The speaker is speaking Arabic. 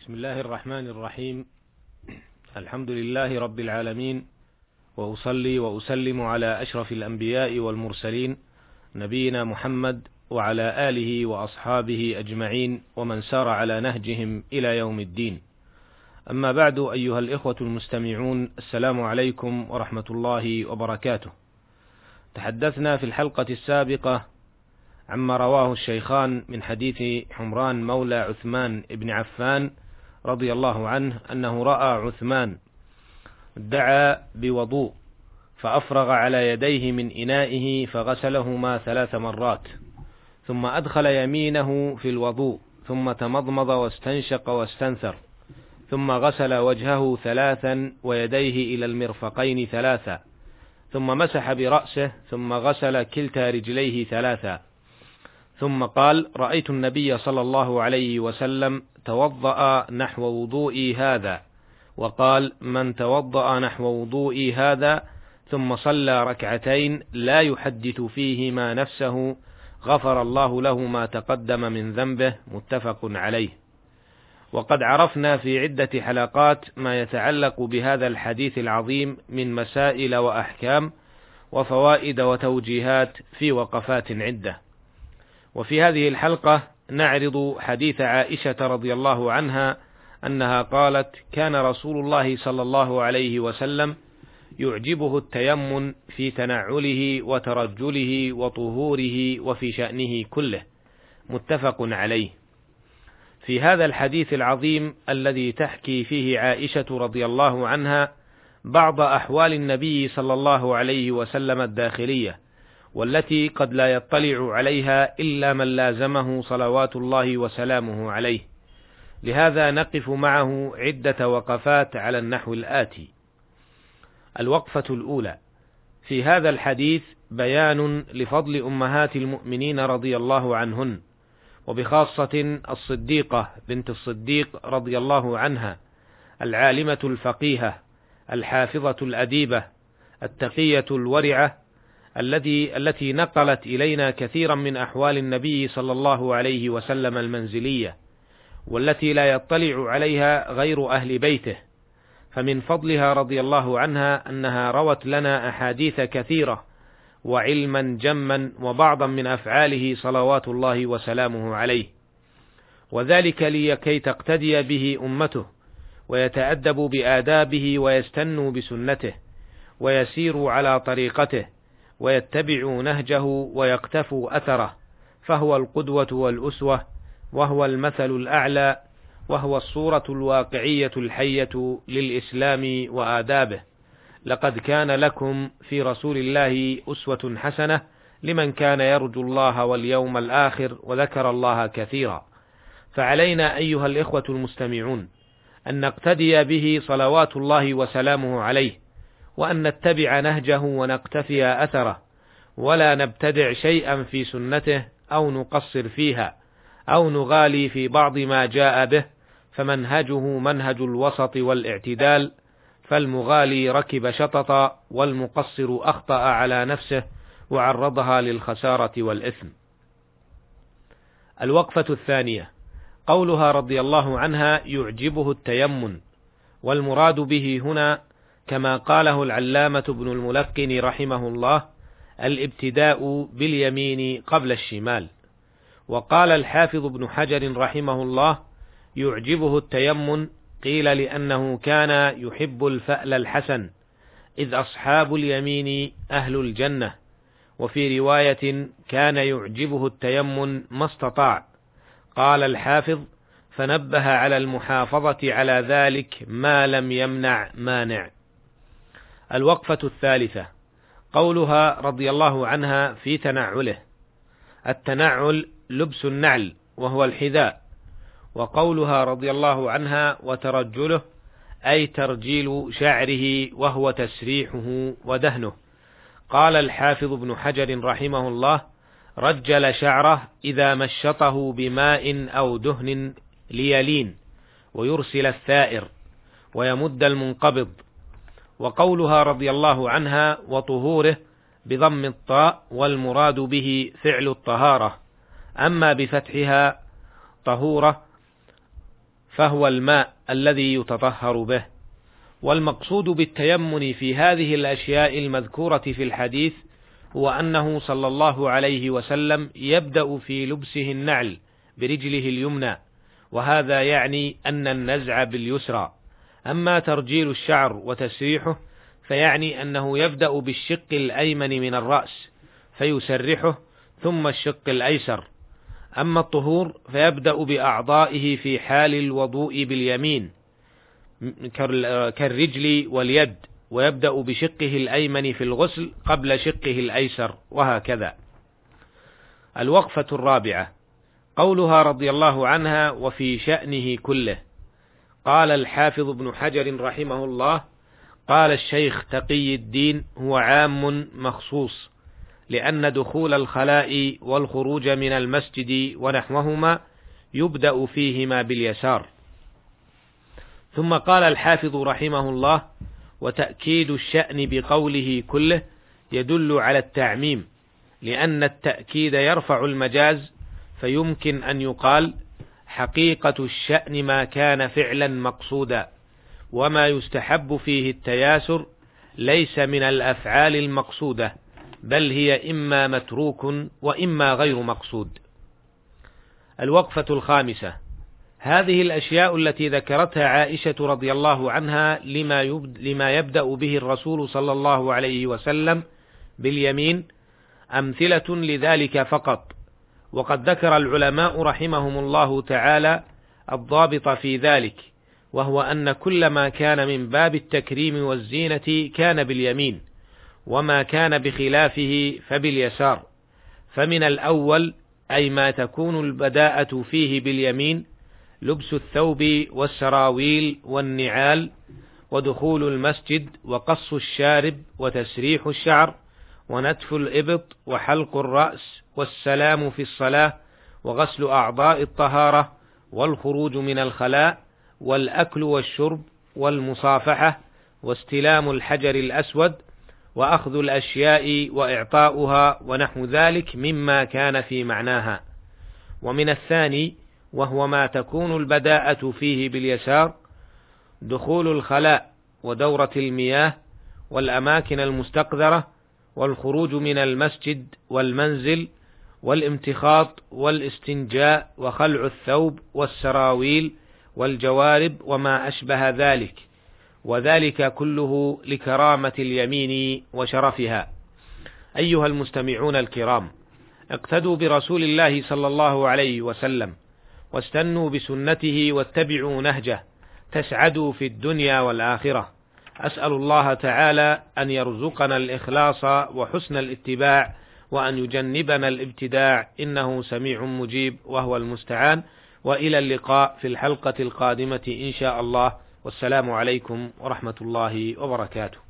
بسم الله الرحمن الرحيم. الحمد لله رب العالمين، وأصلي وأسلم على أشرف الأنبياء والمرسلين نبينا محمد وعلى آله وأصحابه أجمعين ومن سار على نهجهم إلى يوم الدين. أما بعد، أيها الإخوة المستمعون، السلام عليكم ورحمة الله وبركاته. تحدثنا في الحلقة السابقة عما رواه الشيخان من حديث حمران مولى عثمان بن عفان رضي الله عنه أنه رأى عثمان دعا بوضوء فأفرغ على يديه من إنائه فغسلهما 3 مرات، ثم أدخل يمينه في الوضوء، ثم تمضمض واستنشق واستنثر، ثم غسل وجهه 3 ويديه إلى المرفقين 3، ثم مسح برأسه، ثم غسل كلتا رجليه 3، ثم قال: رأيت النبي صلى الله عليه وسلم توضأ نحو وضوئي هذا، وقال: من توضأ نحو وضوئي هذا ثم صلى 2 ركعتين لا يحدث فيهما نفسه غفر الله له ما تقدم من ذنبه. متفق عليه. وقد عرفنا في عدة حلقات ما يتعلق بهذا الحديث العظيم من مسائل وأحكام وفوائد وتوجيهات في وقفات عدة. وفي هذه الحلقة نعرض حديث عائشة رضي الله عنها أنها قالت: كان رسول الله صلى الله عليه وسلم يعجبه التيمم في تنعله وترجله وطهوره وفي شأنه كله. متفق عليه. في هذا الحديث العظيم الذي تحكي فيه عائشة رضي الله عنها بعض أحوال النبي صلى الله عليه وسلم الداخلية، والتي قد لا يطلع عليها إلا من لازمه صلوات الله وسلامه عليه. لهذا نقف معه عدة وقفات على النحو الآتي. الوقفة الأولى: في هذا الحديث بيان لفضل أمهات المؤمنين رضي الله عنهن، وبخاصة الصديقة بنت الصديق رضي الله عنها، العالمة الفقيهة الحافظة الأديبة التقية الورعة، التي نقلت إلينا كثيرا من أحوال النبي صلى الله عليه وسلم المنزلية، والتي لا يطلع عليها غير أهل بيته. فمن فضلها رضي الله عنها أنها روت لنا أحاديث كثيرة وعلما جما وبعضا من أفعاله صلوات الله وسلامه عليه، وذلك لكي تقتدي به أمته ويتأدبوا بآدابه ويستنوا بسنته ويسيروا على طريقته ويتبعوا نهجه ويقتفوا أثره، فهو القدوة والأسوة، وهو المثل الأعلى، وهو الصورة الواقعية الحية للإسلام وآدابه. لقد كان لكم في رسول الله أسوة حسنة لمن كان يرجو الله واليوم الآخر وذكر الله كثيرا. فعلينا أيها الإخوة المستمعون أن نقتدي به صلوات الله وسلامه عليه، وأن نتبع نهجه ونقتفي أثره، ولا نبتدع شيئا في سنته أو نقصر فيها أو نغالي في بعض ما جاء به، فمنهجه منهج الوسط والاعتدال، فالمغالي ركب شططا والمقصر أخطأ على نفسه وعرضها للخسارة والإثم. الوقفة الثانية: قولها رضي الله عنها يعجبه التيمم، والمراد به هنا كما قاله العلامة ابن الملقن رحمه الله الابتداء باليمين قبل الشمال. وقال الحافظ ابن حجر رحمه الله يعجبه التيمم، قيل لأنه كان يحب الفأل الحسن، إذ أصحاب اليمين أهل الجنة. وفي رواية كان يعجبه التيمم ما استطاع. قال الحافظ: فنبه على المحافظة على ذلك ما لم يمنع مانع. الوقفة الثالثة: قولها رضي الله عنها في تنعله. التنعل لبس النعل وهو الحذاء. وقولها رضي الله عنها وترجله أي ترجيل شعره وهو تسريحه ودهنه. قال الحافظ ابن حجر رحمه الله: رجل شعره إذا مشطه بماء أو دهن ليلين، ويرسل الثائر ويمد المنقبض. وقولها رضي الله عنها وطهوره بضم الطاء، والمراد به فعل الطهارة، أما بفتحها طهورة فهو الماء الذي يتطهر به. والمقصود بالتيمم في هذه الأشياء المذكورة في الحديث هو أنه صلى الله عليه وسلم يبدأ في لبسه النعل برجله اليمنى، وهذا يعني أن النزع باليسرى. أما ترجيل الشعر وتسريحه فيعني أنه يبدأ بالشق الأيمن من الرأس فيسرحه ثم الشق الأيسر. أما الطهور فيبدأ بأعضائه في حال الوضوء باليمين كالرجل واليد، ويبدأ بشقه الأيمن في الغسل قبل شقه الأيسر، وهكذا. الوقفة الرابعة قولها رضي الله عنها وفي شأنه كله. قال الحافظ ابن حجر رحمه الله: قال الشيخ تقي الدين: هو عام مخصوص، لأن دخول الخلاء والخروج من المسجد ونحوهما يبدأ فيهما باليسار. ثم قال الحافظ رحمه الله: وتأكيد الشأن بقوله كله يدل على التعميم، لأن التأكيد يرفع المجاز، فيمكن أن يقال حقيقة الشأن ما كان فعلا مقصودا، وما يستحب فيه التياسر ليس من الأفعال المقصودة، بل هي إما متروك وإما غير مقصود. الوقفة الخامسة: هذه الأشياء التي ذكرتها عائشة رضي الله عنها لما يبدأ به الرسول صلى الله عليه وسلم باليمين أمثلة لذلك فقط، وقد ذكر العلماء رحمهم الله تعالى الضابط في ذلك، وهو أن كل ما كان من باب التكريم والزينة كان باليمين، وما كان بخلافه فباليسار. فمن الأول أي ما تكون البداءة فيه باليمين لبس الثوب والسراويل والنعال، ودخول المسجد، وقص الشارب، وتسريح الشعر، ونتف الإبط، وحلق الرأس، والسلام في الصلاة، وغسل أعضاء الطهارة، والخروج من الخلاء، والأكل والشرب، والمصافحة، واستلام الحجر الأسود، وأخذ الأشياء وإعطاؤها، ونحو ذلك مما كان في معناها. ومن الثاني وهو ما تكون البداءة فيه باليسار دخول الخلاء ودورة المياه والأماكن المستقذرة، والخروج من المسجد والمنزل، والامتخاط والاستنجاء، وخلع الثوب والسراويل والجوارب وما أشبه ذلك، وذلك كله لكرامة اليمين وشرفها. أيها المستمعون الكرام، اقتدوا برسول الله صلى الله عليه وسلم، واستنوا بسنته واتبعوا نهجه، تسعدوا في الدنيا والآخرة. أسأل الله تعالى أن يرزقنا الإخلاص وحسن الاتباع، وأن يجنبنا الابتداع، إنه سميع مجيب وهو المستعان. وإلى اللقاء في الحلقة القادمة إن شاء الله، والسلام عليكم ورحمة الله وبركاته.